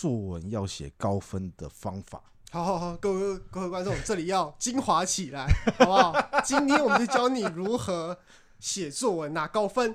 作文要写高分的方法。 好，各位观众，这里要精华起来，好不好？今天我们就教你如何写作文拿高分。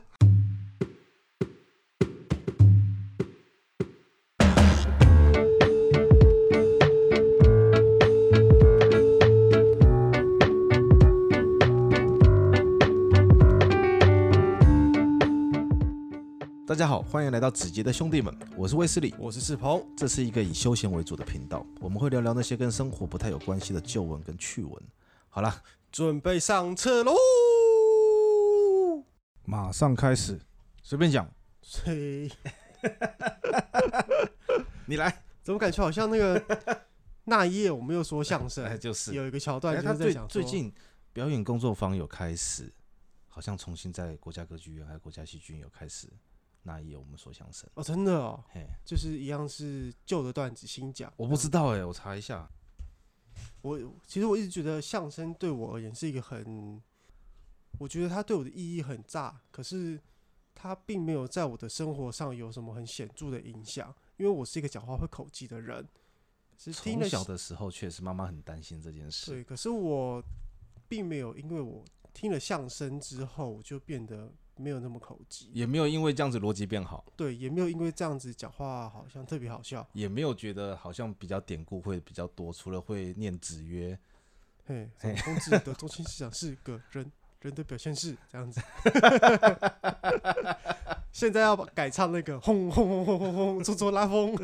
大家好，欢迎来到子杰的兄弟们，我是卫斯理， 我是世鹏， 这是一个以休闲为主的频道，我们会聊聊那些跟生活不太有关系的旧闻跟趣闻。好啦， 准备上车喽！ 马上开始，随便讲。你来， 怎么感觉好像那个那一夜我们又说相声， 就是有一个桥段就是在讲说， 最近表演工作坊有开始，好像重新在国家歌剧院还有国家戏剧院有开始。那一夜我们说相声哦，真的哦，就是一样是旧的段子新讲。 我不知道我查一下。 其实我一直觉得相声对我而言是一个我觉得它对我的意义很大，可是它并没有在我的生活上有什么很显著的影响，因为我是一个讲话会口技的人。 从小的时候确实妈妈很担心这件事。 对，可是我并没有因为我听了相声之后我就变得没有那么口技， 也没有因为这样子逻辑变好。 对，也没有因为这样子讲话好像特别好笑， 也没有觉得好像比较典故会比较多，除了会念子曰， 孔子的中心思想是个人的表现是这样子。现在要改唱那个轰轰轰轰轰轰，搓搓拉风，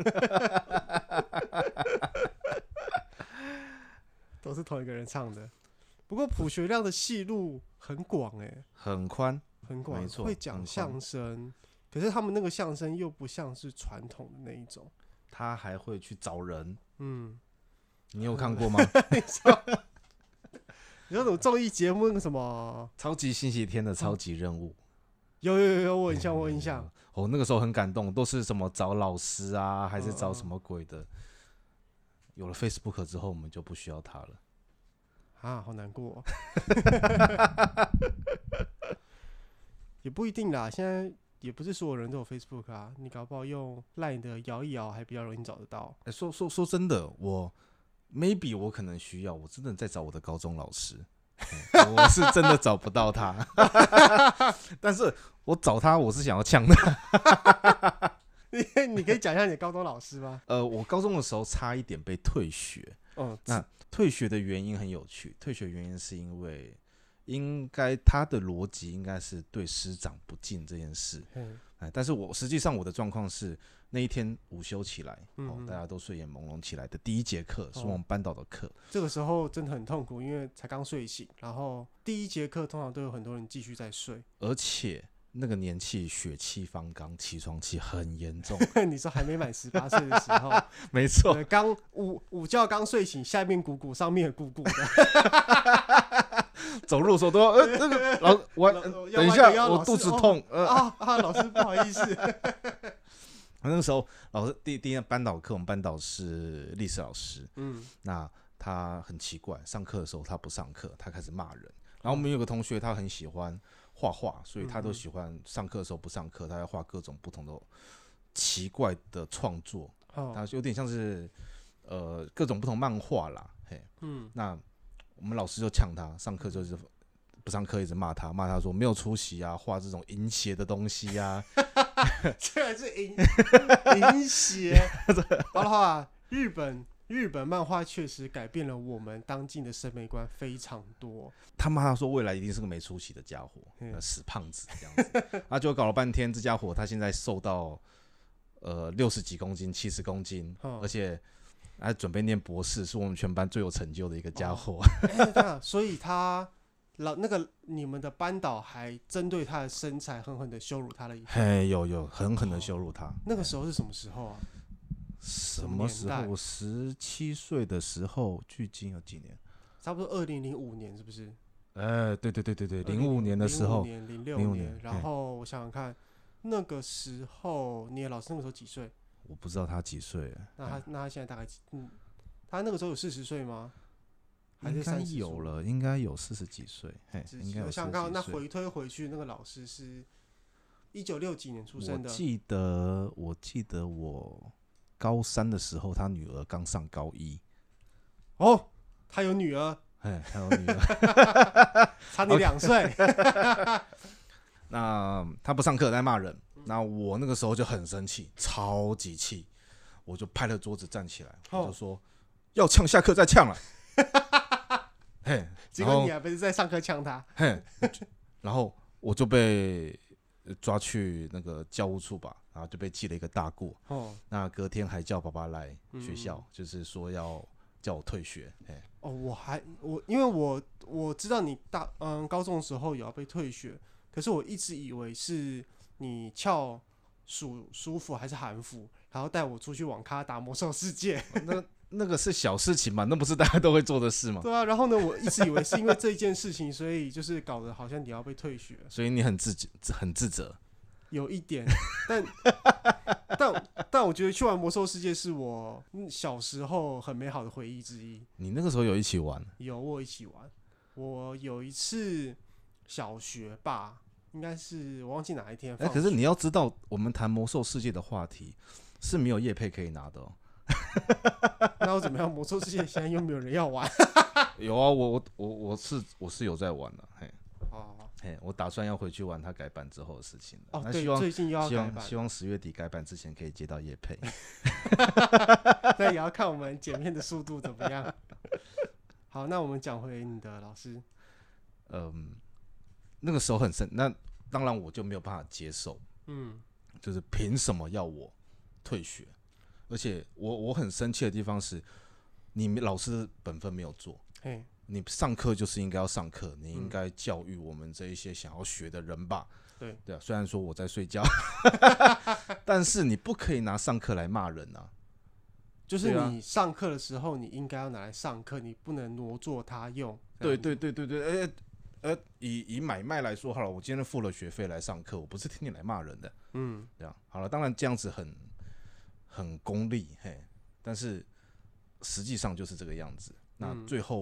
都是同一个人唱的。不过朴学亮的戏路很广很宽， 很广， 没错， 会讲相声，可是他们那个相声又不像是传统的那一种， 他还会去找人。 你有看过吗？ 你说那种综艺节目那个什么超级星期天的超级任务？ 有，我有印象。 那个时候很感动，都是什么找老师啊，还是找什么鬼的？有了 Facebook 之后，我们就不需要他了。 好难过也不一定啦，现在也不是所有人都有 Facebook 啊，你搞不好用 LINE 的摇一摇还比较容易找得到。 说真的，maybe 我可能需要，我真的在找我的高中老师，我是真的找不到他，但是我找他，我是想要呛他。 你可以讲一下你的高中老师吗？ 我高中的时候差一点被退学。那退学的原因很有趣，退学原因是因为应该他的逻辑应该是对师长不敬这件事。但是实际上我的状况是那一天午休起来，大家都睡眼朦胧起来的第一节课是我们班导的课。 这个时候真的很痛苦，因为才刚睡醒，然后第一节课通常都有很多人继续在睡， 而且那个年纪血气方刚，起床气很严重。 你说还没满18岁的时候， 没错， 刚午觉刚睡醒，下面鼓鼓，上面鼓鼓的， 走路的时候都要那个等一下，我肚子痛。 老师不好意思。 那个时候老师第一班导课，我们班导是历史老师，那他很奇怪，上课的时候他不上课，他开始骂人。然后我们有个同学他很喜欢画画，所以他都喜欢上课的时候不上课，他要画各种不同的奇怪的创作，他有点像是各种不同漫画啦。那我们老师就呛他，上课就是不上课，一直骂他说没有出息啊，画这种淫邪的东西啊。 居然是淫邪。好的话，日本漫画确实改变了我们当今的审美观非常多。 他骂他说未来一定是个没出息的家伙，死胖子这样子。他就搞了半天，这家伙他现在瘦到60几公斤、70公斤，而且还准备念博士，是我们全班最有成就的一个家伙。 所以你们的班导还针对他的身材狠狠的羞辱他了一番。 有狠狠的羞辱他。 那个时候是什么时候啊？ 什么时候？我17岁的时候，距今有几年？ 差不多2005年，是不是？ 对，05年的时候 ，06年。然后我想想看，那个时候你的老师那个时候几岁？ 我不知道他几岁。 那他现在大概他那个时候有40岁吗？还是应该有了，应该有40几岁。应该有40几岁。 我想看，那回推回去，那个老师是1960几年出生的。 我记得我高3的时候，他女儿刚上高1。 哦，他有女儿， 他有女儿， 差你2岁。 那他不上课在骂人，那我那个时候就很生气，超级气，我就拍了桌子站起来，我就说要呛下课再呛了。 结果你还不是在上课呛他？ 然后我就被抓去那个教务处吧，然后就被记了一个大过。那隔天还叫爸爸来学校，就是说要叫我退学。 因为我知道你高中的时候有要被退学，可是我一直以为是你翘舒服还是韩服，然后带我出去网咖打魔兽世界。 那个是小事情嘛，那不是大家都会做的事吗？ 对啊，然后呢，我一直以为是因为这一件事情，所以就是搞得好像你要被退学， 所以你很自责， 有一点，但我觉得去玩魔兽世界是我小时候很美好的回忆之一。 你那个时候有一起玩？ 有，我一起玩。我有一次小学吧，应该是我忘记哪一天。 可是你要知道，我们谈魔兽世界的话题是没有业配可以拿的哦。 那我怎么样？魔兽世界现在又没有人要玩。 有啊，我是有在玩的。我打算要回去玩它改版之后的事情。 那对，最近又要改版， 希望10月底改版之前可以接到业配。 那也要看我们剪片的速度怎么样。好，那我们讲回你的老师。 那个时候很生，那当然我就没有办法接受。就是凭什么要我退学？而且我很生气的地方是，你老师的本分没有做。你上课就是应该要上课，你应该教育我们这一些想要学的人吧。对啊，虽然说我在睡觉，但是你不可以拿上课来骂人啊。 就是你上课的时候，你应该要拿来上课，你不能挪作他用。 对。以买卖来说好了，我今天付了学费来上课，我不是听你来骂人的。这样好了，当然这样子很功利，但是实际上就是这个样子。那最后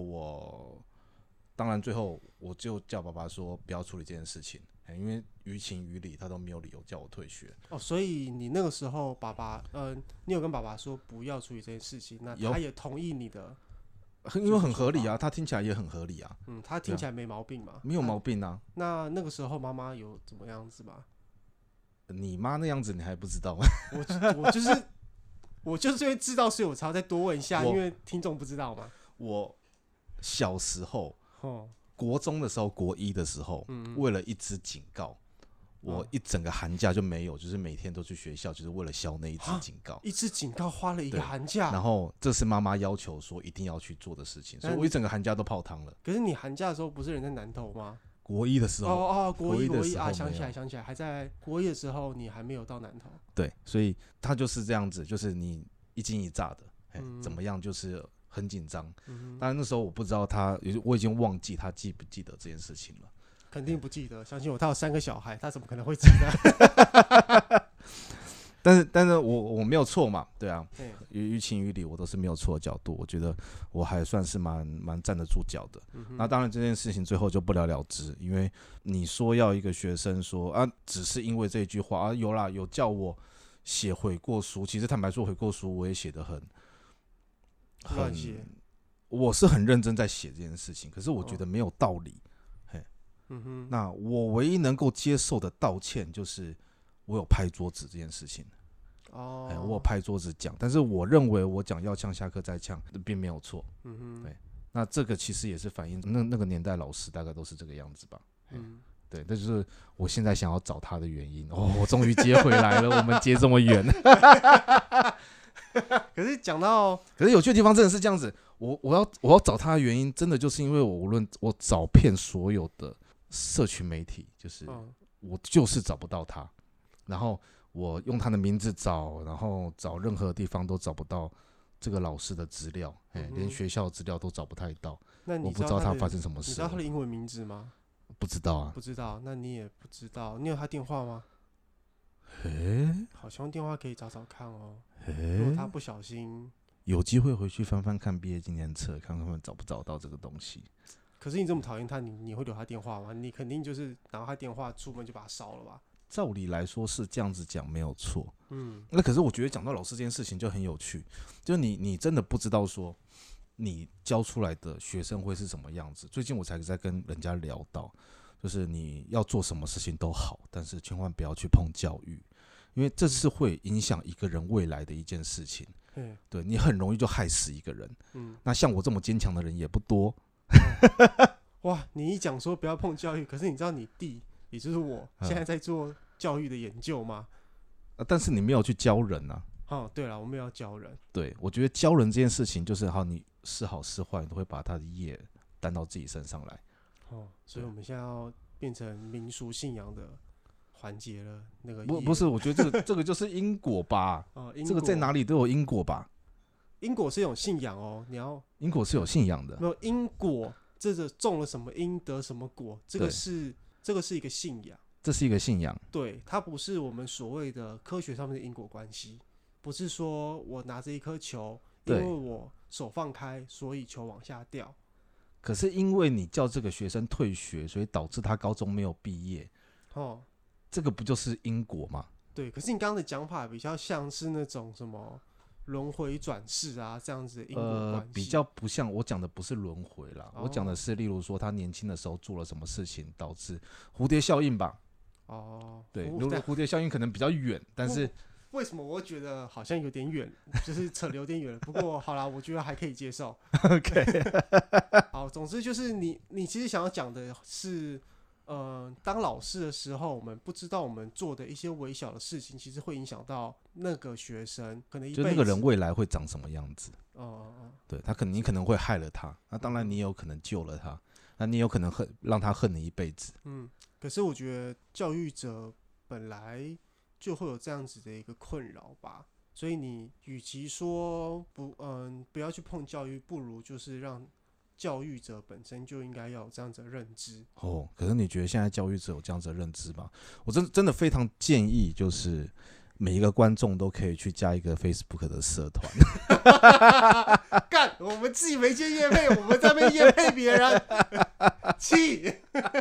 我就叫爸爸说不要处理这件事情，因为于情于理他都没有理由叫我退学。 所以你那个时候爸爸，你有跟爸爸说不要处理这件事情，那他也同意你的， 因为很合理啊，他听起来也很合理啊。 他听起来没毛病嘛？ 没有毛病啊。 那个时候妈妈有怎么样子吗？ 你妈那样子你还不知道吗？ 我就是因为知道，所以我才要再多问一下，因为听众不知道嘛。 我小时候，国中的时候，国1的时候，为了一支警告，我一整个寒假就没有，就是每天都去学校，就是为了消那一支警告。 一支警告花了一个寒假， 然后这是妈妈要求说一定要去做的事情，所以我一整个寒假都泡汤了。 可是你寒假的时候不是人在南投吗？ 国1的时候， 国一啊，想起来，还在国1的时候，你还没有到南投。 对，所以他就是这样子，就是你一惊一乍的，怎么样，就是很紧张。当然那时候我不知道我已经忘记他记不记得这件事情了。 肯定不记得，相信我，他有3个小孩，他怎么可能会记得？ 但是我没有错嘛，对啊，于情于理我都是没有错的角度，我觉得我还算是蛮站得住脚的。那当然这件事情最后就不了了之，因为你说要一个学生说只是因为这一句话有叫我写悔过书，其实坦白说悔过书我也写得很乱写， 我是很认真在写这件事情，可是我觉得没有道理。那我唯一能够接受的道歉就是我有拍桌子这件事情。我有拍桌子讲，但是我认为我讲要呛下课再呛并没有错。对，那这个其实也是反映那个年代老师大概都是这个样子吧。对，这就是我现在想要找他的原因。我终于接回来了，我们接这么远。 可是可是有趣的地方真的是这样子，我要找他的原因，真的就是因为我找遍所有的社群媒体，就是我就是找不到他，然后我用他的名字找，然后找任何地方都找不到这个老师的资料，连学校的资料都找不太到。 那我不知道他发生什么事。 你知道他的英文名字吗？ 不知道啊。 不知道，那你也不知道。你有他电话吗？好像电话可以找找看哦。如果他不小心， 有机会回去翻翻看毕业纪念册，看看找不找到这个东西。 可是你这么讨厌他，你会留他电话吗？你肯定就是拿他电话出门就把他烧了吧？ 照理来说是这样子讲没有错，那可是我觉得讲到老师这件事情就很有趣，就是你真的不知道说你教出来的学生会是什么样子。最近我才在跟人家聊到，就是你要做什么事情都好，但是千万不要去碰教育，因为这是会影响一个人未来的一件事情。对，你很容易就害死一个人。那像我这么坚强的人也不多。 哇，你一讲说不要碰教育，可是你知道你弟，也就是我现在在做教育的研究吗？ 但是你没有去教人啊。 对了，我们要教人。 对，我觉得教人这件事情就是好，你是好是坏，你都会把他的业担到自己身上来。 所以我们现在要变成民俗信仰的环节了。那个不是，我觉得这个就是因果吧。这个在哪里都有因果吧。 因果是一种信仰哦， 因果是有信仰的。 没有因果，这个种了什么因得什么果，这个是一个信仰。 这是一个信仰。 对，它不是我们所谓的科学上面的因果关系，不是说我拿着一颗球，因为我手放开，所以球往下掉。 可是因为你叫这个学生退学，所以导致他高中没有毕业。这个不就是因果吗？ 对，可是你刚刚的讲法比较像是那种什么轮回转世啊，这样子的因果关系。 比较不像，我讲的不是轮回啦，我讲的是例如说他年轻的时候做了什么事情导致蝴蝶效应吧。对，蝴蝶效应可能比较远，但是为什么我觉得好像有点远，就是扯得有点远了。不过好啦，我觉得还可以接受。 OK 好，总之就是你其实想要讲的是，当老师的时候，我们不知道我们做的一些微小的事情，其实会影响到那个学生，可能一辈子就那个人未来会长什么样子。对，你可能会害了他，那当然你也有可能救了他，那你有可能让他恨你一辈子。 可是我觉得教育者本来就会有这样子的一个困扰吧，所以你与其说不要去碰教育，不如就是让教育者本身就应该要有这样子的认知。 可是你觉得现在教育者有这样子的认知吗？我真的非常建议，就是每一个观众都可以去加一个 Facebook 的社团。 干，我们自己没接业配，我们在那边业配别人，气。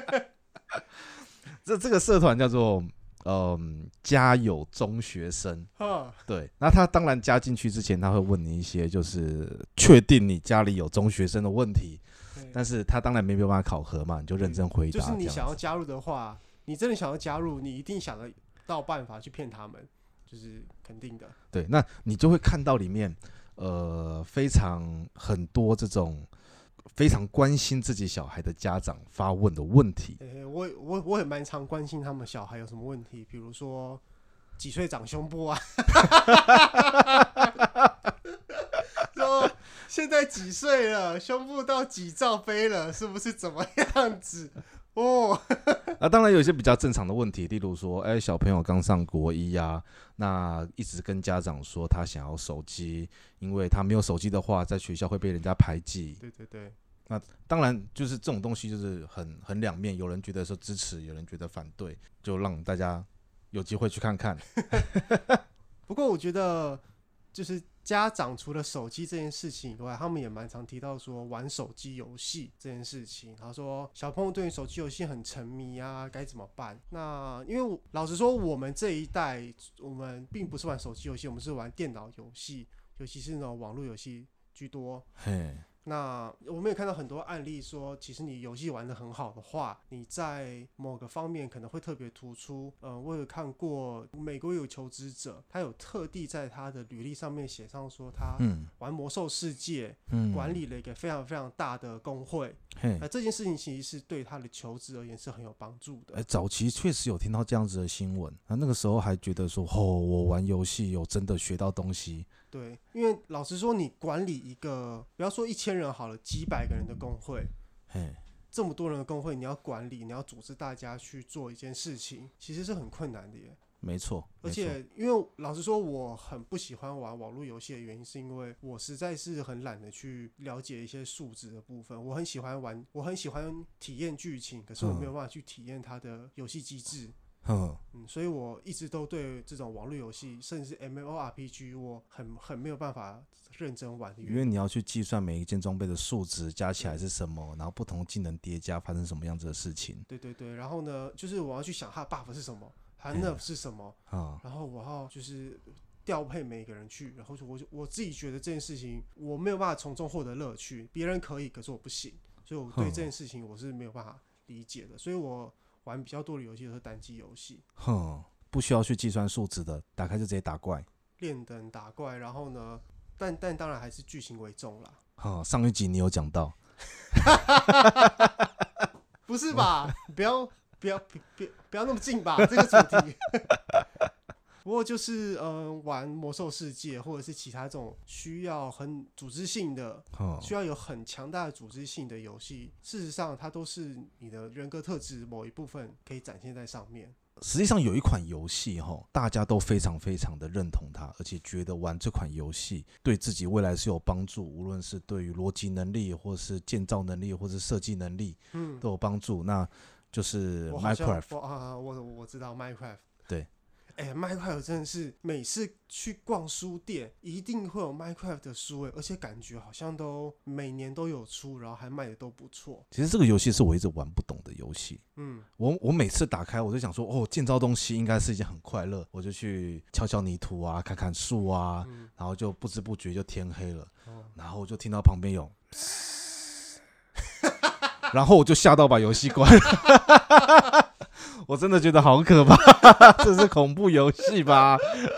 这个社团叫做家有中学生。对，那他当然加进去之前，他会问你一些就是确定你家里有中学生的问题，但是他当然没办法考核嘛，你就认真回答。 就是你想要加入的话，你真的想要加入，你一定想得到办法去骗他们，就是肯定的。 对，那你就会看到里面很多这种非常关心自己小孩的家长发问的问题。 我也蛮常关心他们小孩有什么问题，比如说几岁长胸部啊，说现在几岁了，胸部到几罩杯了，是不是怎么样子？ 当然有一些比较正常的问题，例如说，小朋友刚上国一啊，那一直跟家长说他想要手机，因为他没有手机的话，在学校会被人家排挤。 对。 那当然就是这种东西就是很两面，有人觉得说支持，有人觉得反对，就让大家有机会去看看。 不过我觉得就是家长除了手机这件事情以外，他们也蛮常提到说玩手机游戏这件事情。他说小朋友对于手机游戏很沉迷啊，该怎么办？那因为老实说，我们这一代我们并不是玩手机游戏，我们是玩电脑游戏，尤其是那种网络游戏居多。那我们也看到很多案例说，其实你游戏玩得很好的话，你在某个方面可能会特别突出。我有看过美国有求职者，他有特地在他的履历上面写上说他玩魔兽世界，管理了一个非常非常大的工会。这件事情其实是对他的求职而言是很有帮助的。早期确实有听到这样子的新闻，那个时候还觉得说，我玩游戏有真的学到东西。 对，因为老实说，你管理一个不要说1000人好了，几百个人的工会，这么多人的工会，你要管理，你要组织大家去做一件事情，其实是很困难的耶。 没错， 而且因为老实说，我很不喜欢玩网络游戏的原因，是因为我实在是很懒得去了解一些数值的部分。我很喜欢体验剧情，可是我没有办法去体验它的游戏机制。所以我一直都对这种网络游戏，甚至是 MMORPG， 我很没有办法认真玩的原因。 因为你要去计算每一件装备的数值加起来是什么，然后不同技能叠加发生什么样子的事情。 对，然后呢，就是我要去想它的 buff 是什么， 它 nerf 是什么，然后我要就是调配每个人去，然后我自己觉得这件事情我没有办法从中获得乐趣，别人可以，可是我不行，所以我对这件事情我是没有办法理解的，所以我玩比较多的游戏都是单机游戏， 不需要去计算数值的，打开就直接打怪， 练等打怪，然后呢，但当然还是剧情为重啦。 上一集你有讲到， 不是吧？不要那么近吧，这个主题。不过就是玩魔兽世界或者是其他这种需要很组织性的、需要有很强大的组织性的游戏，事实上它都是你的人格特质某一部分可以展现在上面。 实际上有一款游戏大家都非常非常的认同它，而且觉得玩这款游戏对自己未来是有帮助，无论是对于逻辑能力或是建造能力或是设计能力都有帮助，那就是 Minecraft。 我知道 Minecraft。 对 ，Minecraft 真的是每次去逛书店一定会有 Minecraft 的书，而且感觉好像都每年都有出，然后还卖的都不错。 其实这个游戏是我一直玩不懂的游戏。我每次打开我就想说，建造东西应该是一件很快乐，我就去敲敲泥土啊，看看树啊，然后就不知不觉就天黑了，然后我就听到旁边有然后我就吓到把游戏关了我真的觉得好可怕这是恐怖游戏吧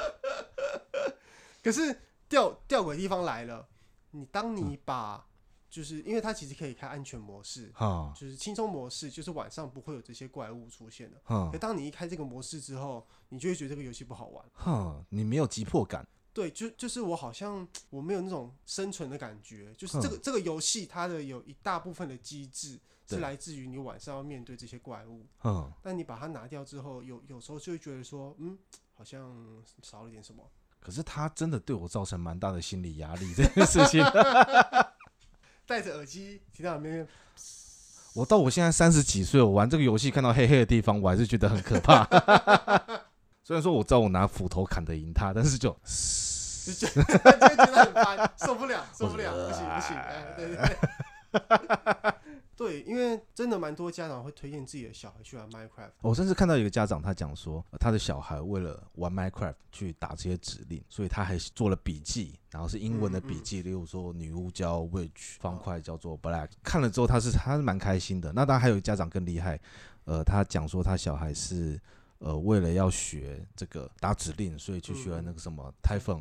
可是吊诡的地方来了，当你把就是因为它其实可以开安全模式，就是轻松模式，就是晚上不会有这些怪物出现的。可当你一开这个模式之后，你就会觉得这个游戏不好玩。 你没有急迫感。 对，就是我好像我没有那种生存的感觉，就是这个游戏它的有一大部分的机制是来自于你晚上要面对这些怪物。但你把它拿掉之后，有时候就会觉得说，好像少了点什么。 可是它真的对我造成蛮大的心理压力，这件事情。 戴着耳机听到里面， 我到我现在30几岁，我玩这个游戏看到黑黑的地方，我还是觉得很可怕。虽然说我知道我拿斧头砍得赢他，但是就觉得很烦，受不了，不行，对。对，因为真的蛮多家长会推荐自己的小孩去玩 Minecraft。 我甚至看到一个家长他讲说，他的小孩为了玩 Minecraft 去打这些指令，所以他还做了笔记，然后是英文的笔记，例如说女巫叫 Witch， 方块叫做 Black。看了之后他是蛮开心的。那当然还有一个家长更厉害，他讲说他小孩是为了要学这个打指令，所以去学了那个什么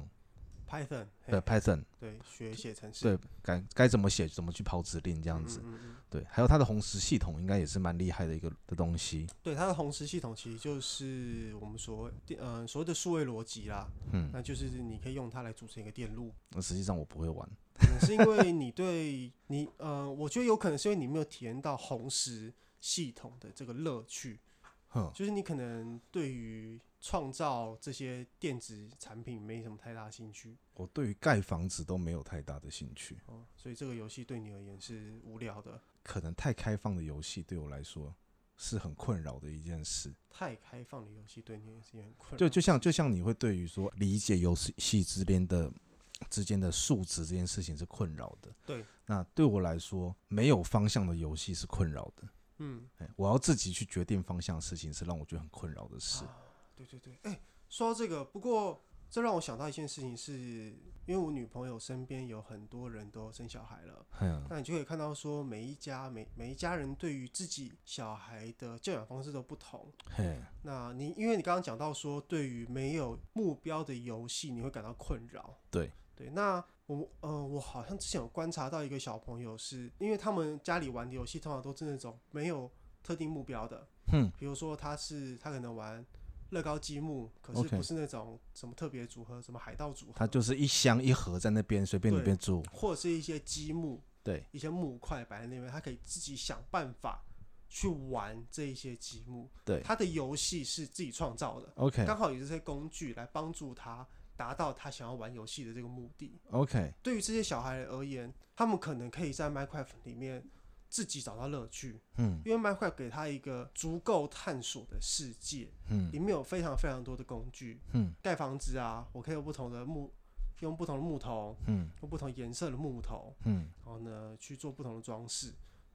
Python， 对 Python， 对，学写程式， 对，该怎么写，怎么去跑指令这样子。对，还有它的红石系统应该也是蛮厉害的一个的东西。 对，它的红石系统其实就是我们所谓的数位逻辑啦。那就是你可以用它来组成一个电路。 实际上我不会玩， 是因为你对你我觉得有可能是因为你没有体验到红石系统的这个乐趣。就是你可能对于创造这些电子产品没什么太大兴趣。 我对于盖房子都没有太大的兴趣。 所以这个游戏对你而言是无聊的。 可能太开放的游戏对我来说是很困扰的一件事。 太开放的游戏对你也是很困扰。 就像你会对于说理解游戏之间的数值这件事情是困扰的。 对。 那对我来说，没有方向的游戏是困扰的。我要自己去决定方向的事情是让我觉得很困扰的事。 对，说到这个，不过这让我想到一件事情是，因为我女朋友身边有很多人都生小孩了，那你就可以看到说每一家人对于自己小孩的教养方式都不同。那因为你刚刚讲到说，对于没有目标的游戏你会感到困扰。对，那我好像之前有观察到一个小朋友是，因为他们家里玩的游戏通常都是那种没有特定目标的。比如说他可能玩乐高积木，可是不是那种什么特别组合，什么海盗组合， 它就是一箱一盒在那边随便里面住， 或者是一些积木， 对， 一些木块摆在那边，他可以自己想办法去玩这一些积木。对，他的游戏是自己创造的。刚好有这些工具来帮助他达到他想要玩游戏的这个目的。对于这些小孩而言，他们可能可以在 Minecraft 里面自己找到乐趣。因为 Minecraft 给他一个足够探索的世界。里面有非常非常多的工具。盖房子啊，我可以用不同的木头，用不同颜色的木头，然后呢去做不同的装饰。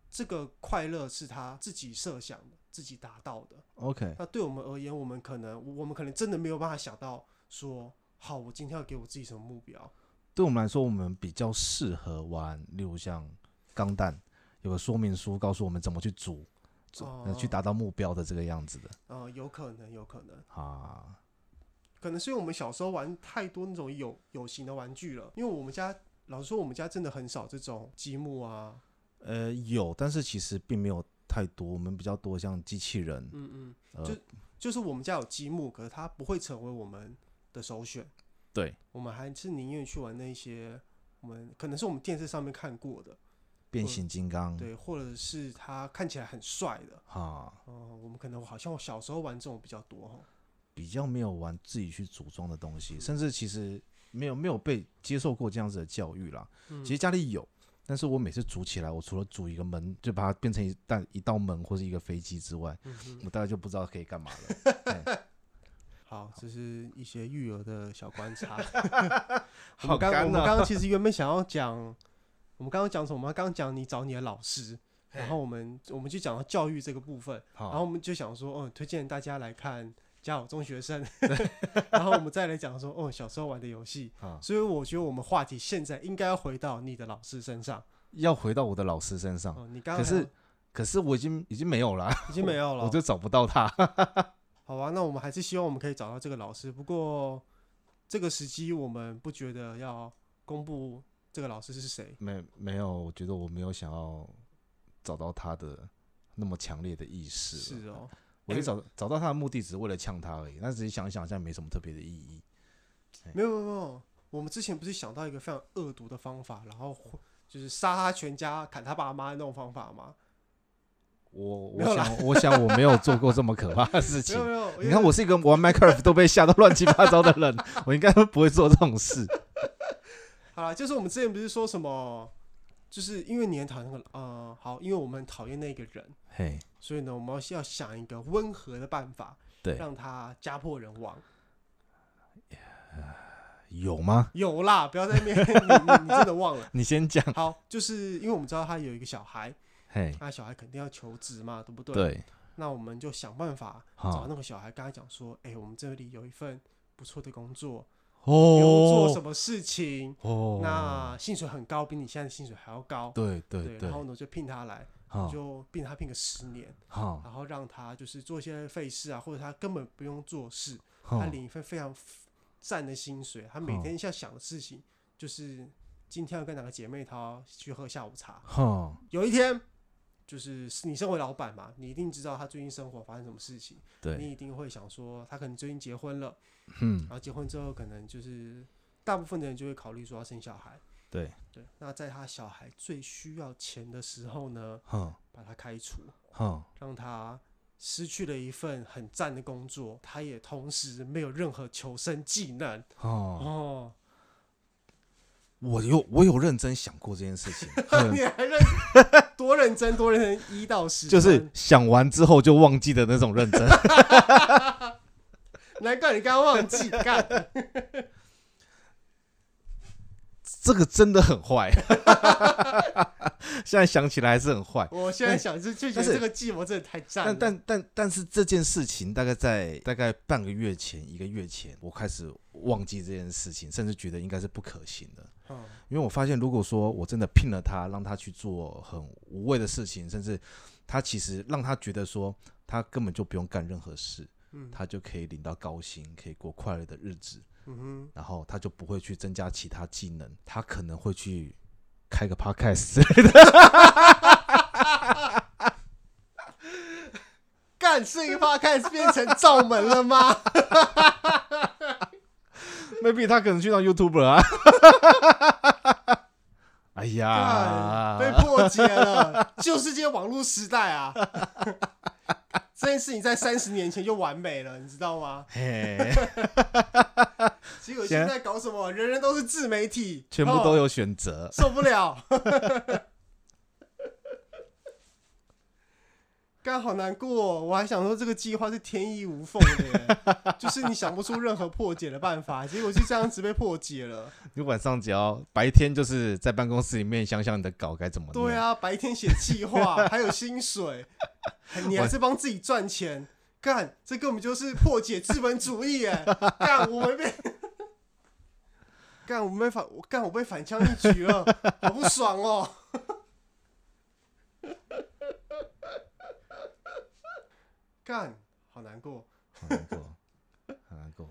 这个快乐是他自己设想的，自己达到的。 OK， 那对我们而言，我们可能真的没有办法想到说，好，我今天要给我自己什么目标。 对我们来说，我们比较适合玩，例如像钢弹，有个说明书告诉我们怎么去组，去达到目标的这个样子的。 有可能啊， 可能是因为我们小时候玩太多那种有形的玩具了。因为我们家老实说，我们家真的很少这种积木啊。 有，但是其实并没有太多，我们比较多像机器人。 就是我们家有积木，可是它不会成为我们的首选。 对， 我们还是宁愿去玩那些可能是我们电视上面看过的变形金刚， 对，或者是它看起来很帅的。我们可能好像我小时候玩这种比较多， 比较没有玩自己去组装的东西，甚至其实没有被接受过这样子的教育啦。其实家里有，但是我每次组起来，我除了组一个门，就把它变成一道门或是一个飞机之外，我大概就不知道可以干嘛了。 好，这是一些育儿的小观察。 好干啊！ 我们刚刚其实原本想要讲，我们刚刚讲什么？我们刚刚讲你找你的老师，然后我们就讲到教育这个部分，然后我们就想说，推荐大家来看家有中学生，然后我们再来讲说，小时候玩的游戏。所以我觉得我们话题现在应该要回到你的老师身上， 要回到我的老师身上。 你刚可是我已经没有了， 已经没有了， 我就找不到他。 好吧，那我们还是希望我们可以找到这个老师。不过这个时机，我们不觉得要公布这个老师是谁。 没有，我觉得我没有想要找到他的那么强烈的意识。 是哦， 我找到他的目的只是为了呛他而已，但仔细想一想，好像没什么特别的意义。 没有，我们之前不是想到一个非常恶毒的方法，然后就是杀他全家、砍他爸妈的那种方法吗？ 我想我没有做过这么可怕的事情。 没有， 你看我是一个玩 Minecraft 都被吓到乱七八糟的人，我应该不会做这种事。 好啦，就是我们之前不是说什么，就是因为你很讨厌那个好，因为我们很讨厌那个人，所以呢，我们要想一个温和的办法， 对， 让他家破人亡。 有吗？ 有啦，不要在那边你真的忘了。 你先讲。 好，就是因为我们知道他有一个小孩，那小孩肯定要求职嘛，对不对？ 对。 那我们就想办法找那个小孩，跟他讲说，我们这里有一份不错的工作，不用做什么事情，那薪水很高，比你现在的薪水还要高。 对。 然后呢，就聘他来，就聘个10年，然后让他就是做一些废事啊，或者他根本不用做事，他领一份非常赞的薪水，他每天要想的事情就是今天要跟哪个姐妹淘去喝下午茶。有一天，就是你身为老板嘛，你一定知道他最近生活发生什么事情，你一定会想说他可能最近结婚了，然后结婚之后可能就是大部分的人就会考虑说要生小孩。对，那在他小孩最需要钱的时候呢，把他开除，让他失去了一份很赞的工作，他也同时没有任何求生技能。 我有认真想过这件事情。 你还多认真1到10， 就是想完之后就忘记的那种认真。 难怪你刚刚忘记干。 这个真的很坏。现在想起来还是很坏。 我现在想就觉得这个计谋真的太赞了。 但是这件事情大概半个月前、1个月前，我开始忘记这件事情，甚至觉得应该是不可行的。因为我发现，如果说我真的聘了他，让他去做很无谓的事情，甚至他其实让他觉得说他根本就不用干任何事，他就可以领到高薪，可以过快乐的日子。然后他就不会去增加其他技能，他可能会去开个 podcast 之类的。 干，是一个 podcast 变成罩门了吗 ？Maybe 他可能去当 YouTuber 啊。哎呀， 被破解了，就是这些网络时代啊。这件事情在30年前就完美了，你知道吗？结果现在搞什么？人人都是自媒体， 全部都有选择， 受不了。 刚好难过，我还想说这个计划是天衣无缝的耶，就是你想不出任何破解的办法，结果就这样子被破解了。 你晚上只要白天就是在办公室里面想想你的稿该怎么念。 对啊，白天写计划还有薪水，你还是帮自己赚钱，干，这根本就是破解资本主义耶！干，我被反枪一局了，好不爽哦！干，好难过， 好难过，好难过。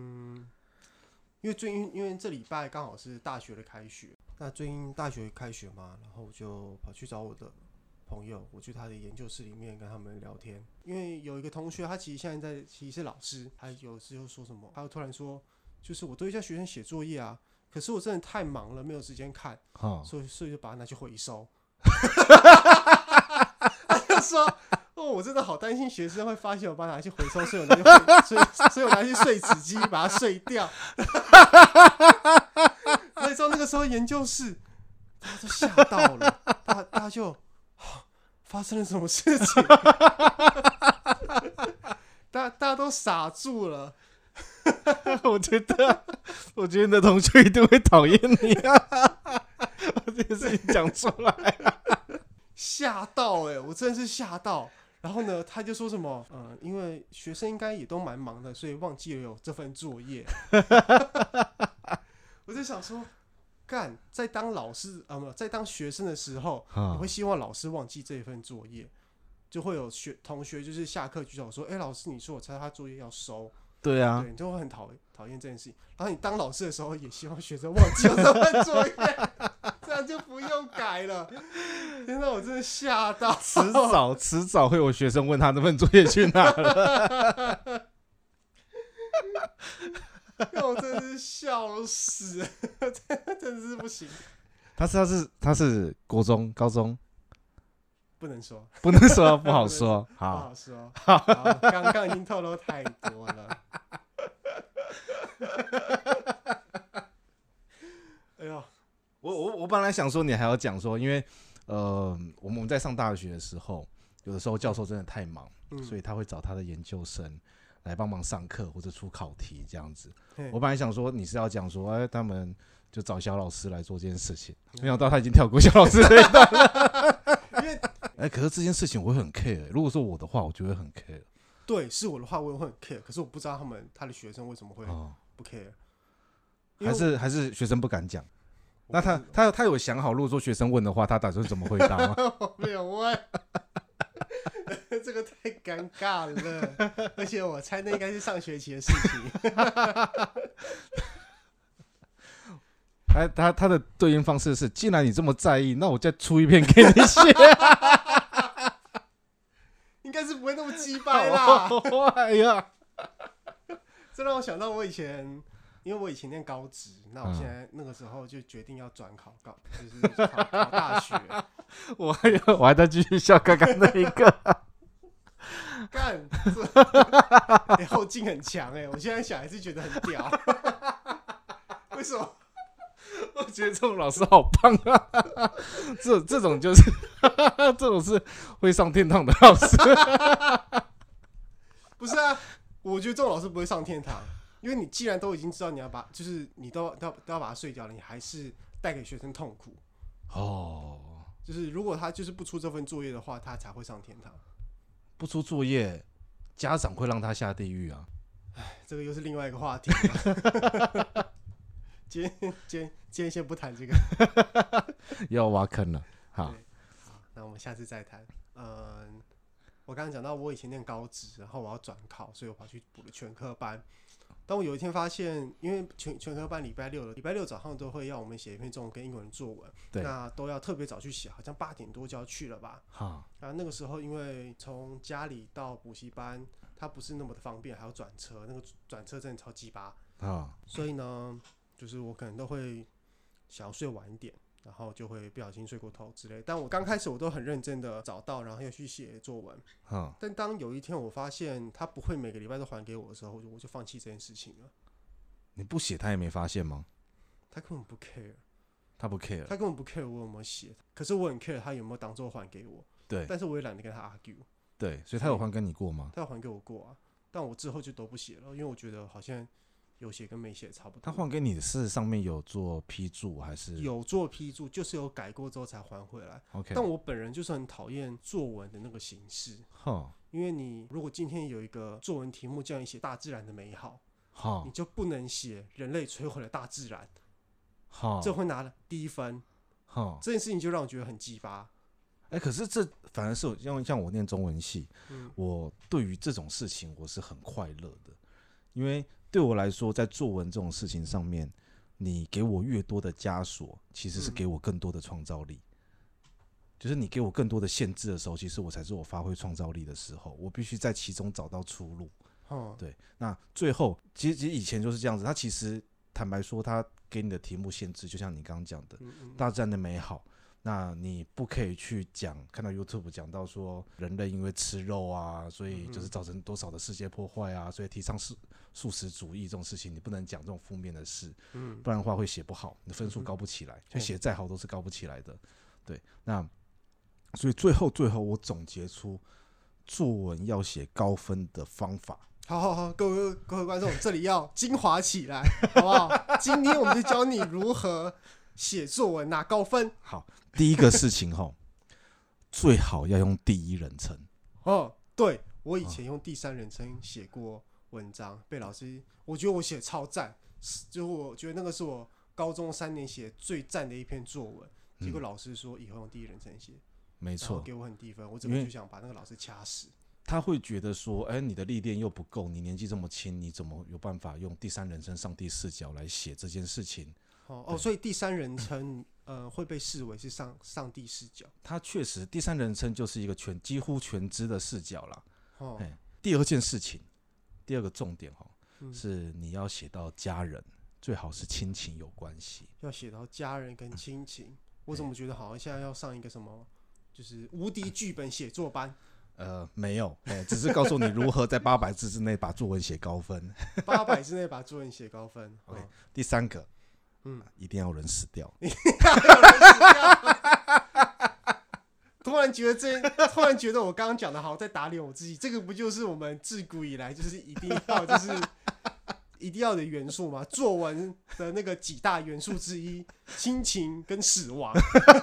因为这礼拜刚好是大学的开学，那最近大学开学嘛，然后我就跑去找我的朋友，我去他的研究室里面跟他们聊天。因为有一个同学，他其实现在其实是老师，他有时候说什么，他会突然说，就是我都会叫学生写作业啊，可是我真的太忙了，没有时间看，所以就把它拿去回收。他就说。我真的好担心学生会发现我把它拿去回收，所以我拿去碎纸机把它碎掉。所以到那个时候研究室，大家都吓到了，大家就发生了什么事情？大家都傻住了。 我觉得你的同学一定会讨厌你啊！把这件事情讲出来， 吓到我真的是吓到。然后呢，他就说什么，因为学生应该也都蛮忙的，所以忘记了有这份作业。我就想说，干，在当老师在当学生的时候，你会希望老师忘记这一份作业，就会有同学就是下课举手说，老师，你说我猜他作业要收。 对啊， 对，你就会很讨厌这件事情。然后你当老师的时候，也希望学生忘记有这份作业，这样就不用改了。天哪，我真的吓到！ 迟早会有学生问他那份作业去哪了。 我真的是笑死，真的是不行。 他是国中、高中， 不能说， 不好说， 不好说。刚刚已经透露太多了。哎呦， 我本来想说你还要讲说，因为我们在上大学的时候，有的时候教授真的太忙，所以他会找他的研究生来帮忙上课或者出考题这样子。我本来想说你是要讲说，他们就找小老师来做这件事情，没想到他已经跳过小老师这一段了。可是这件事情我会很 care， 如果说我的话，我就会很 care。 对，是我的话，我也会很 care。可是我不知道他的学生为什么会不 care， 还是学生不敢讲。那他有想好，如果说学生问的话，他打算怎么回答吗？ 我没有问，这个太尴尬了。而且我猜那应该是上学期的事情。 他的对应方式是：既然你这么在意，那我再出一篇给你写。 应该是不会那么鸡掰啦。 哎呀， 这让我想到我以前，因为我以前念高职，那我现在那个时候就决定要转考就是考大学。 我还在继续笑刚刚那一个。 干，后劲很强我现在想还是觉得很屌。为什么？ 我觉得这种老师好棒啊！这种就是这种是会上天堂的老师。 不是啊，我觉得这种老师不会上天堂，因为你既然都已经知道你要就是你都要把它睡掉了，你还是带给学生痛苦。就是如果他就是不出这份作业的话，他才会上天堂。 不出作业，家长会让他下地狱啊！ 这个又是另外一个话题了。今天先不谈这个。 要挖坑了。好， 那我们下次再谈。我刚刚讲到我以前念高职，然后我要转考，所以我跑去补了全科班。当我有一天发现，因为全科班礼拜六早上都会要我们写一篇中文跟英文作文，那都要特别早去写，好像8点多就要去了吧。那个时候因为从家里到补习班，它不是那么的方便，还要转车，那个转车真的超鸡巴。所以呢，就是我可能都会想要睡晚一点，然后就会不小心睡过头之类。但我刚开始我都很认真的找到，然后要去写作文。但当有一天我发现他不会每个礼拜都还给我的时候，我就放弃这件事情了。 你不写他也没发现吗？ 他根本不 care。 他不 care， 他根本不 care 我有没有写，可是我很 care 他有没有当作还给我。 对， 但是我也懒得跟他 argue。 对，所以他有还给你过吗？ 他有还给我过啊，但我之后就都不写了，因为我觉得好像有写跟没写差不多。 他还给你是上面有做批注还是？ 有做批注，就是有改过之后才还回来。 OK， 但我本人就是很讨厌作文的那个形式，因为你如果今天有一个作文题目叫你写大自然的美好，你就不能写人类摧毁了大自然，这会拿了低分。这件事情就让我觉得很鸡巴。 可是这反而是像我念中文系，我对于这种事情我是很快乐的，因为对我来说，在作文这种事情上面，你给我越多的枷锁，其实是给我更多的创造力。就是你给我更多的限制的时候，其实我才是我发挥创造力的时候，我必须在其中找到出路。对，那最后其实以前就是这样子，他其实坦白说，他给你的题目限制，就像你刚刚讲的，大自然的美好。那你不可以去讲，看到 YouTube 讲到说人类因为吃肉啊，所以就是造成多少的世界破坏啊，所以提倡素食主义这种事情，你不能讲这种负面的事，不然的话会写不好，你的分数高不起来，就写再好都是高不起来的。对，那所以最后我总结出作文要写高分的方法。 好，各位观众，这里要精华起来，好不好？今天我们就教你如何写作文拿高分。 好，第一个事情最好要用第一人称。 对，我以前用第三人称写过文章，被老师，我觉得我写得超赞，就我觉得那个是我高中3年写最赞的一篇作文。结果老师说以后用第一人称写， 没错， 给我很低分，我整个就想把那个老师掐死。 他会觉得说，你的历练又不够，你年纪这么轻，你怎么有办法用第三人称上帝视角来写这件事情？ 所以第三人称会被视为是上帝视角。 他确实，第三人称就是一个几乎全知的视角啦。第二件事情，第二个重点是你要写到家人，最好是亲情有关系。 要写到家人跟亲情，我怎么觉得好像现在要上一个什么，就是无敌剧本写作班？ 没有，只是告诉你如何在800字之内把作文写高分。 800字内把作文写高分。 OK， 第三个，一定要有人死掉。 突然觉得我刚刚讲的好在打脸我自己，这个不就是我们自古以来就是一定要的元素吗？作文的那个几大元素之一，亲情跟死亡。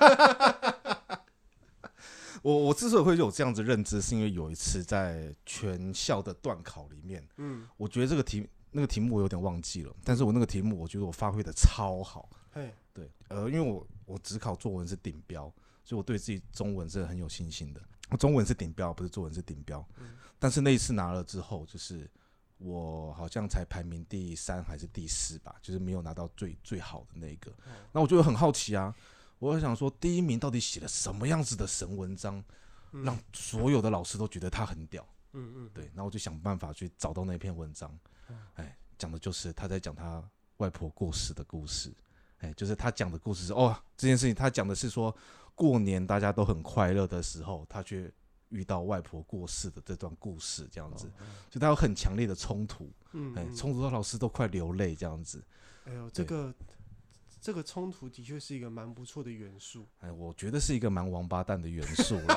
我之所以会有这样子认知，是因为有一次在全校的段考里面，我觉得那个题目我有点忘记了，但是我那个题目我觉得我发挥的超好。对，因为我只考作文是顶标，所以我对自己中文是很有信心的。中文是顶标，不是作文是顶标。但是那一次拿了之后，就是我好像才排名第3还是第4吧，就是没有拿到最好的那一个。那我就很好奇啊。我想说，第一名到底写了什么样子的神文章，让所有的老师都觉得他很屌？对，然后我就想办法去找到那篇文章，讲的就是他在讲他外婆过世的故事，就是他讲的故事是这件事情他讲的是说，过年大家都很快乐的时候，他却遇到外婆过世的这段故事，这样子，所以他有很强烈的冲突，冲突到老师都快流泪这样子。 这个冲突的确是一个蛮不错的元素。 我觉得是一个蛮王八蛋的元素啦。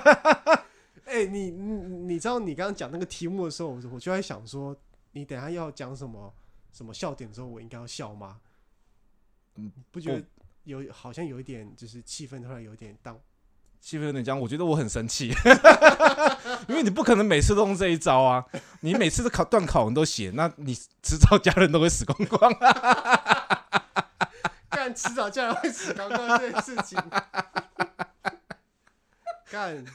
你知道你刚刚讲那个题目的时候，我就在想说，你等一下要讲什么笑点的时候，我应该要笑吗？不觉得好像有一点就是气氛突然有点荡。 气氛有点僵，我觉得我很生气，因为你不可能每次都用这一招啊！你每次段考你都写，那你迟早家人都会死光光。 干，迟早家人会死光光这件事情，干！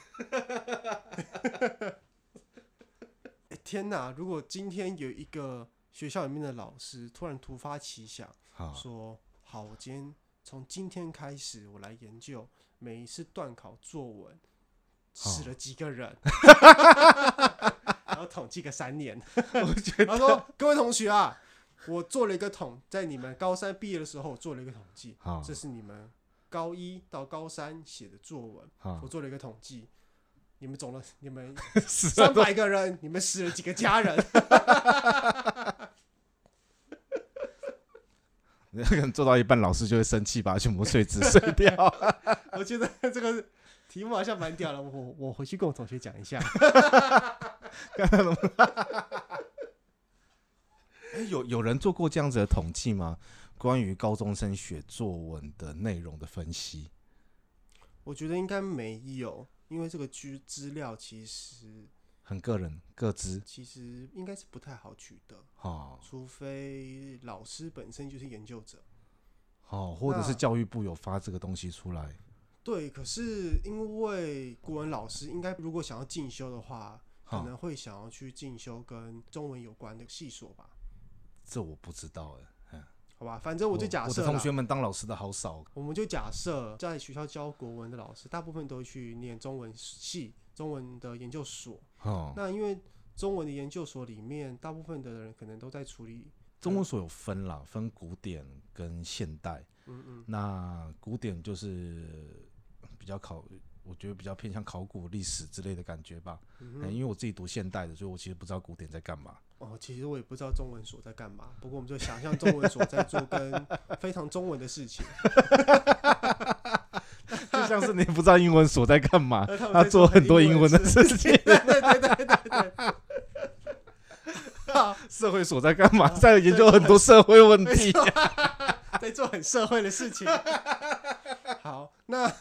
天哪！如果今天有一个学校里面的老师突然突发奇想，说好，我从今天开始，我来研究每一次段考作文死了几个人，然后统计个3年。然后说，各位同学啊，我做了一个在你们高3毕业的时候，我做了一个统计，这是你们高1到高3写的作文，我做了一个统计，你们300个人，你们死了几个家人？ 可能做到一半，老师就会生气，把全部碎纸碎掉。 我觉得这个题目好像蛮屌的，我回去跟我同学讲一下。 有人做过这样子的统计吗？关于高中生写作文的内容的分析？ 我觉得应该没有，因为这个资料其实很个人各资， 其实应该是不太好取得，除非老师本身就是研究者， 或者是教育部有发这个东西出来。 对，可是因为国文老师应该如果想要进修的话，可能会想要去进修跟中文有关的系所吧。 这我不知道好吧，反正我就假设， 我的同学们当老师的好少。 我们就假设在学校教国文的老师，大部分都去念中文系、中文的研究所。那因为中文的研究所里面，大部分的人可能都在处理。 中文所有分啦，分古典跟现代。那古典就是比较我觉得比较偏向考古历史之类的感觉吧。因为我自己读现代的，所以我其实不知道古典在干嘛。 其实我也不知道中文所在干嘛，不过我们就想象中文所在做跟非常中文的事情。 就像是你不知道英文所在干嘛，他做很多英文的事情。 对。 社会所在干嘛？在研究很多社会问题， 在做很社会的事情。好，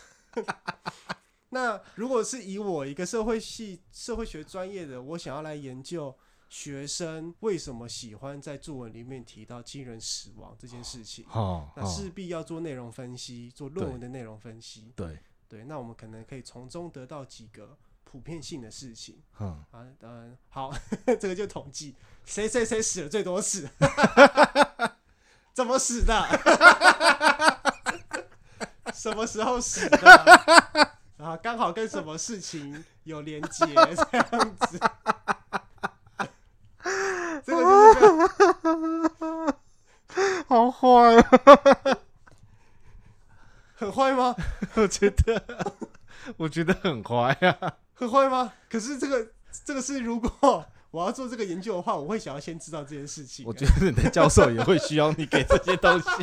那如果是以我一个社会学专业的，我想要来研究学生为什么喜欢在作文里面提到亲人死亡这件事情，那势必要做内容分析，做论文的内容分析。对，那我们可能可以从中得到几个普遍性的事情。好，这个就统计谁死了最多次，怎么死的，什么时候死的，然后刚好跟什么事情有连结，这样子。这个就是好坏啊！ 很坏吗？ 我觉得很坏啊。 很坏吗？可是这个是如果我要做这个研究的话，我会想要先知道这件事情。 我觉得你的教授也会需要你给这些东西。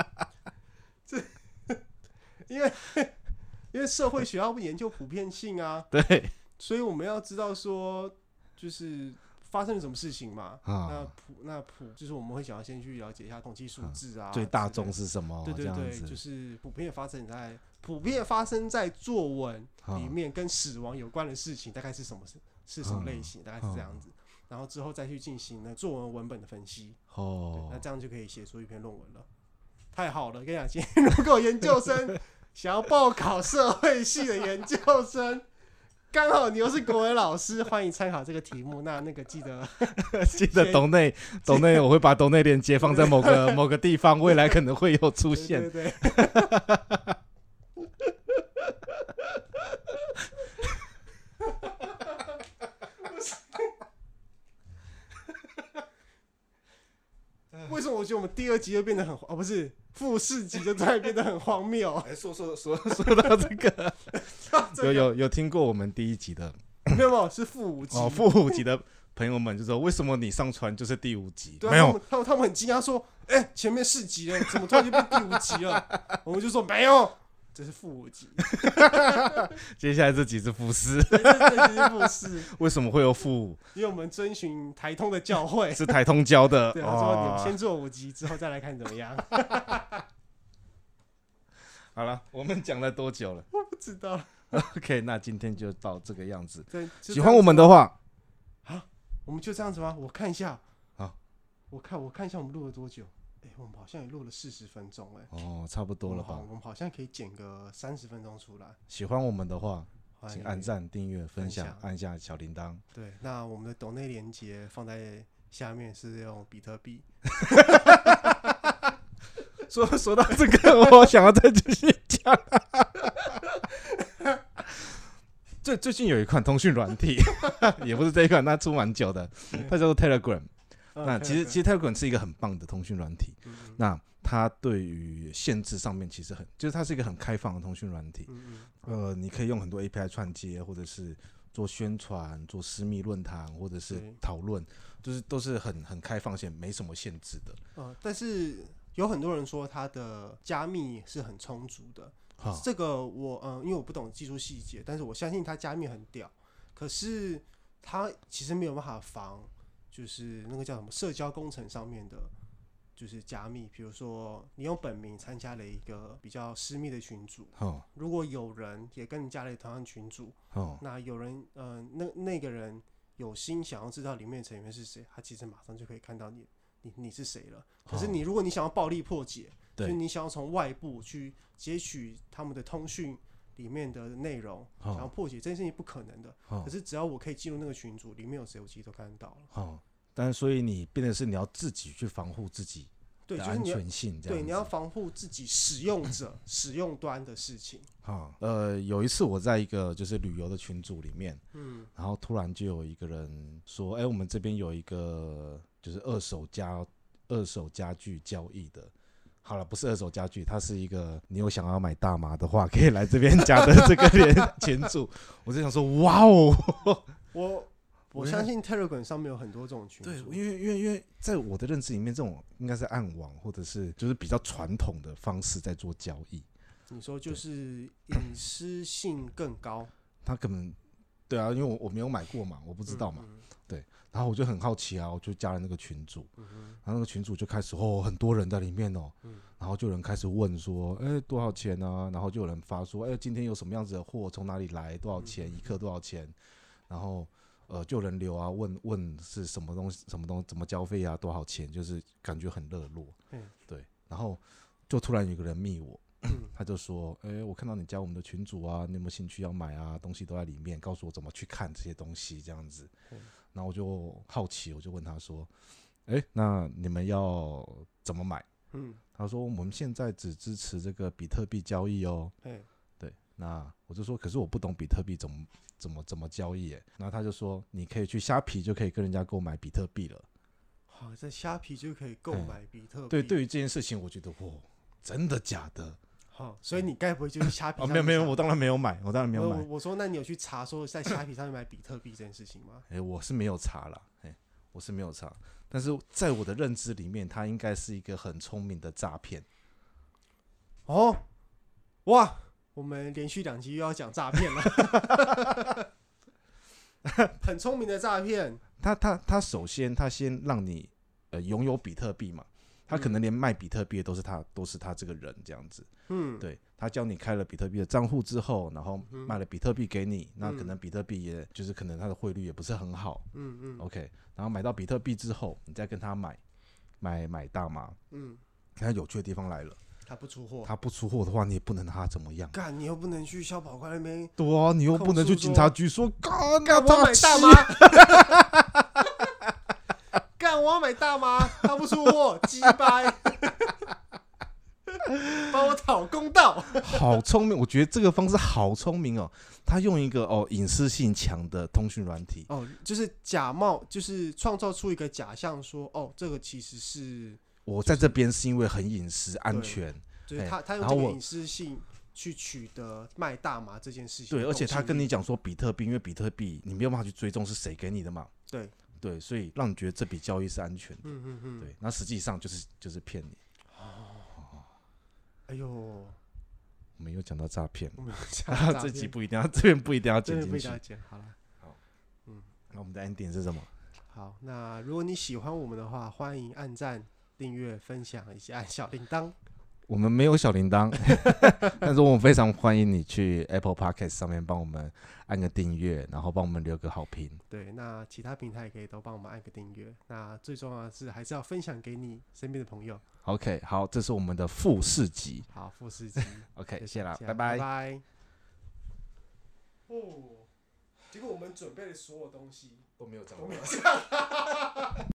因为社会学要研究普遍性啊， 对， 所以我们要知道说，就是发生了什么事情嘛。那普就是我们会想要先去了解一下统计数字啊， 最大众是什么？ 对，就是普遍发生在作文里面跟死亡有关的事情，大概是什么类型，大概是这样子。然后之后再去进行作文文本的分析。那这样就可以写出一篇论文了。太好了，跟你讲，今天如果研究生想要报考社会系的研究生，刚好你又是国文老师，欢迎参考这个题目。那个记得抖内，我会把抖内链接放在某个地方，未来可能会有出现。 对。为什么我觉得我们第2集就变得很不是负4集就突然变得很荒谬？ 说到这个，有听过我们第1集的？ 没有，是负5集。 负5集的朋友们就说：“为什么你上传就是第5集？” 对， 没有， 他们很惊讶说：“前面4集了，怎么突然就变第5集了？”我们就说：“没有，这是负5集。” 接下来这集是负4， 这集是负4。 为什么会有负5？ 因为我们遵循台通的教诲，是台通教的。 对，他说你们先做5集，之后再来看怎么样。 好了，我们讲了多久了？ 我不知道。 OK， 那今天就到这个样子。 喜欢我们的话， 我们就这样子吗？我看一下。 好， 我看一下我们录了多久。我们好像也录了40分钟差不多了吧？ 我们好像可以剪个30分钟出来。 喜欢我们的话，请按赞、订阅、分享，按下小铃铛。 对，那我们的抖内连结放在下面，是用比特币。 说到这个，我想要再继续讲。最近有一款通讯软体，也不是这一款，它出蛮久的，它叫做 Telegram。那其实 Telegram 是一个很棒的通讯软体。那它对于限制上面其实就是它是一个很开放的通讯软体。你可以用很多 API 串接，或者是做宣传、做私密论坛，或者是讨论，就是都是很开放性，没什么限制的。 但是有很多人说它的加密是很充足的，这个因为我不懂技术细节，但是我相信它加密很屌。可是它其实没有办法防，就是那个叫什么社交工程上面的，就是加密。比如说你用本名参加了一个比较私密的群组，如果有人也跟你加了同样群组，那有人那个人有心想要知道里面的成员是谁，他其实马上就可以看到你是谁了。可是如果你想要暴力破解，就是你想要从外部去截取他们的通讯里面的内容，想要破解这件事情不可能的。可是只要我可以进入那个群组，里面有谁我其实都看得到了。 但所以你变成是你要自己去防护自己的安全性， 对，你要防护自己使用者使用端的事情。 有一次我在一个就是旅游的群组里面，然后突然就有一个人说，我们这边有一个就是二手家具交易的。好了，不是二手家具，它是一个你有想要买大麻的话，可以来这边加的这个群组。我就想说，哇哦！ 我相信 Telegram 上面有很多这种群组。 对，因为在我的认知里面，这种应该是暗网或者是就是比较传统的方式在做交易。 你说就是隐私性更高？ 他根本对啊，因为我没有买过嘛，我不知道嘛。对，然后我就很好奇啊，我就加了那个群组，然后那个群组就开始很多人在里面然后就有人开始问说，多少钱啊？然后就有人发说，今天有什么样子的货，从哪里来，多少钱，一克多少钱？然后就有人留啊，问是什么东西，怎么交费啊，多少钱？就是感觉很热络，对。然后就突然有个人密我。他就说，我看到你加我们的群组啊，你有没有兴趣要买啊？东西都在里面，告诉我怎么去看这些东西，这样子。然后我就好奇，我就问他说，那你们要怎么买？他说我们现在只支持这个比特币交易哦。对，那我就说，可是我不懂比特币怎么交易。然后他就说，你可以去虾皮就可以跟人家购买比特币了。 在虾皮就可以购买比特币。 对，对于这件事情，我觉得真的假的？ 所以你该不会就是虾皮上面没有，我当然没有买， 我说，那你有去查说在虾皮上面买比特币这件事情吗？ 我是没有查啦，我是没有查，但是在我的认知里面，它应该是一个很聪明的诈骗。 哇，我们连续2集又要讲诈骗了，很聪明的诈骗。 他首先他先让你拥有比特币嘛。他可能连卖比特币的都是他这个人这样子，对，他教你开了比特币的账户之后，然后卖了比特币给你，那可能比特币也就是可能它的汇率也不是很好，OK， 然后买到比特币之后，你再跟他买大麻，看有趣的地方来了， 他不出货的话，你也不能拿他怎么样， 你又不能去消保官那边， 对啊，你又不能去警察局说， 干我买大麻。我要买大麻，他不出货，鸡掰，帮我讨公道。 好聪明，我觉得这个方式好聪明哦。他用一个隐私性强的通讯软体， 就是假冒，就是创造出一个假象，说这个其实是我在这边是因为很隐私安全， 就是他用这个隐私性去取得卖大麻这件事情。 对，而且他跟你讲说比特币，因为比特币你没有办法去追踪是谁给你的嘛。对，所以让你觉得这笔交易是安全的。对，那实际上就是骗你。 哎呦， 我们又讲到诈骗了，这集这边不一定要剪进去。 好了， 那我们的 ending 是什么？ 好，那如果你喜欢我们的话，欢迎按赞、订阅、分享以及按小铃铛。 我们没有小铃铛，但是我们非常欢迎你去 Apple Podcast 上面帮我们按个订阅，然后帮我们留个好评。 对，那其他平台也可以都帮我们按个订阅。那最重要的是，还是要分享给你身边的朋友。 OK， 好，这是我们的负4集。 好，负4集。 OK， 谢谢啦， 拜拜。 结果我们准备的所有东西都没有讲。